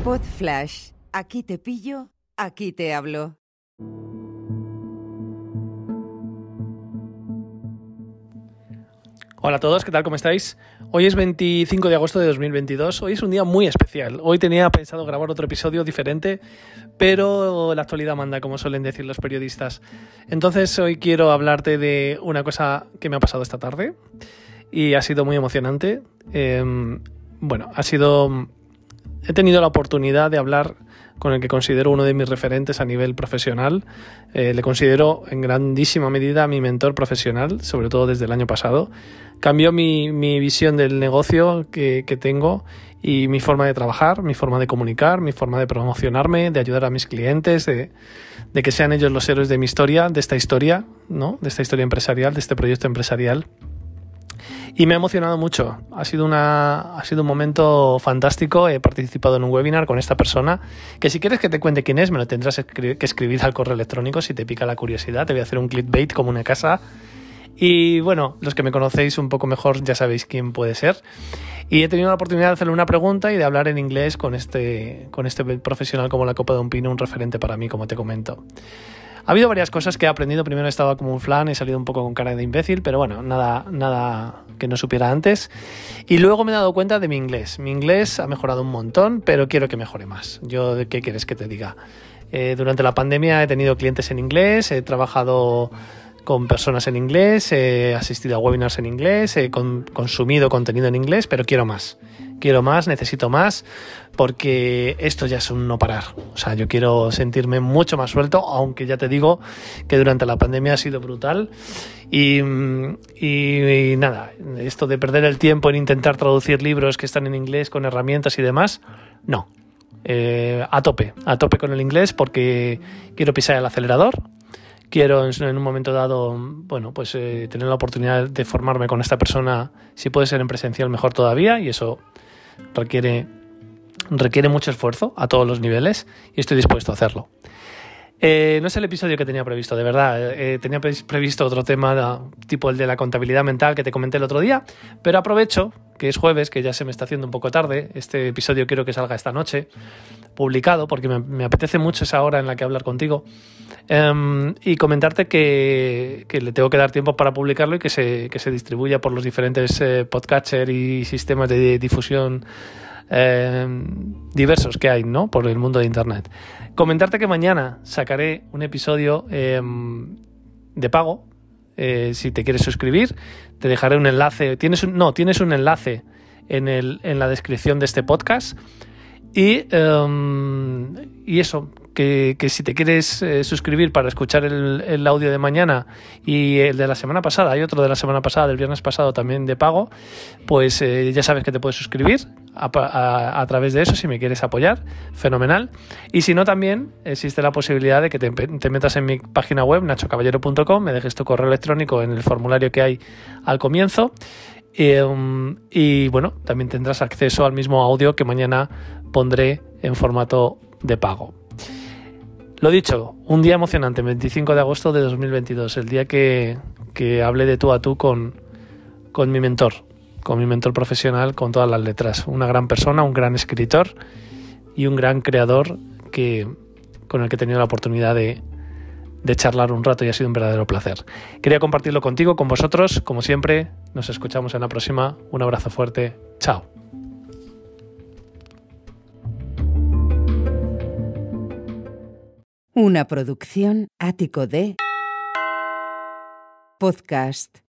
Pod Flash. Aquí te pillo, aquí te hablo. Hola a todos, ¿qué tal? ¿Cómo estáis? Hoy es 25 de agosto de 2022, hoy es un día muy especial. Hoy tenía pensado grabar otro episodio diferente, pero la actualidad manda, como suelen decir los periodistas. Entonces hoy quiero hablarte de una cosa que me ha pasado esta tarde y ha sido muy emocionante. He tenido la oportunidad de hablar con el que considero uno de mis referentes a nivel profesional. Le considero en grandísima medida mi mentor profesional, sobre todo desde el año pasado. Cambió mi visión del negocio que tengo y mi forma de trabajar, mi forma de comunicar, mi forma de promocionarme, de ayudar a mis clientes, de que sean ellos los héroes de mi historia, de esta historia, ¿no? De esta historia empresarial, de este proyecto empresarial. Y me ha emocionado mucho. Ha sido un momento fantástico. He participado en un webinar con esta persona que, si quieres que te cuente quién es, me lo tendrás que escribir al correo electrónico si te pica la curiosidad. Te voy a hacer un clickbait como una casa. Y bueno, los que me conocéis un poco mejor ya sabéis quién puede ser. Y he tenido la oportunidad de hacerle una pregunta y de hablar en inglés con este profesional como la copa de un pino, un referente para mí, como te comento. Ha habido varias cosas que he aprendido. Primero estaba como un flan, he salido un poco con cara de imbécil, pero bueno, nada que no supiera antes. Y luego me he dado cuenta de mi inglés. Mi inglés ha mejorado un montón, pero quiero que mejore más. ¿Qué quieres que te diga? Durante la pandemia he tenido clientes en inglés, he trabajado con personas en inglés, he asistido a webinars en inglés, he consumido contenido en inglés, pero quiero más, necesito más, porque esto ya es un no parar. O sea, yo quiero sentirme mucho más suelto, aunque ya te digo que durante la pandemia ha sido brutal. Y nada, esto de perder el tiempo en intentar traducir libros que están en inglés con herramientas y demás, no. A tope con el inglés, porque quiero pisar el acelerador. Quiero en un momento dado, tener la oportunidad de formarme con esta persona, si puede ser en presencial mejor todavía, y eso requiere mucho esfuerzo a todos los niveles y estoy dispuesto a hacerlo. No es el episodio que tenía previsto, de verdad. Tenía previsto otro tema tipo el de la contabilidad mental que te comenté el otro día, pero aprovecho que es jueves, que ya se me está haciendo un poco tarde. Este episodio quiero que salga esta noche, publicado, porque me apetece mucho esa hora en la que hablar contigo, y comentarte que le tengo que dar tiempo para publicarlo y que se distribuya por los diferentes podcatcher y sistemas de difusión diversos que hay, ¿no?, por el mundo de internet. Comentarte que mañana sacaré un episodio de pago. Si te quieres suscribir, te dejaré un enlace. Tienes un enlace en la descripción de este podcast. Y eso, que si te quieres suscribir para escuchar el audio de mañana y el de la semana pasada, hay otro de la semana pasada, del viernes pasado, también de pago, pues ya sabes que te puedes suscribir a través de eso si me quieres apoyar, fenomenal. Y si no, también existe la posibilidad de que te metas en mi página web, nachocaballero.com, me dejes tu correo electrónico en el formulario que hay al comienzo. Y bueno, también tendrás acceso al mismo audio que mañana pondré en formato de pago. Lo dicho, un día emocionante, 25 de agosto de 2022, el día que hablé de tú a tú con mi mentor profesional con todas las letras. Una gran persona, un gran escritor y un gran creador con el que he tenido la oportunidad de charlar un rato y ha sido un verdadero placer. Quería compartirlo contigo, con vosotros, como siempre. Nos escuchamos en la próxima. Un abrazo fuerte. Chao. Una producción Ático de Podcast.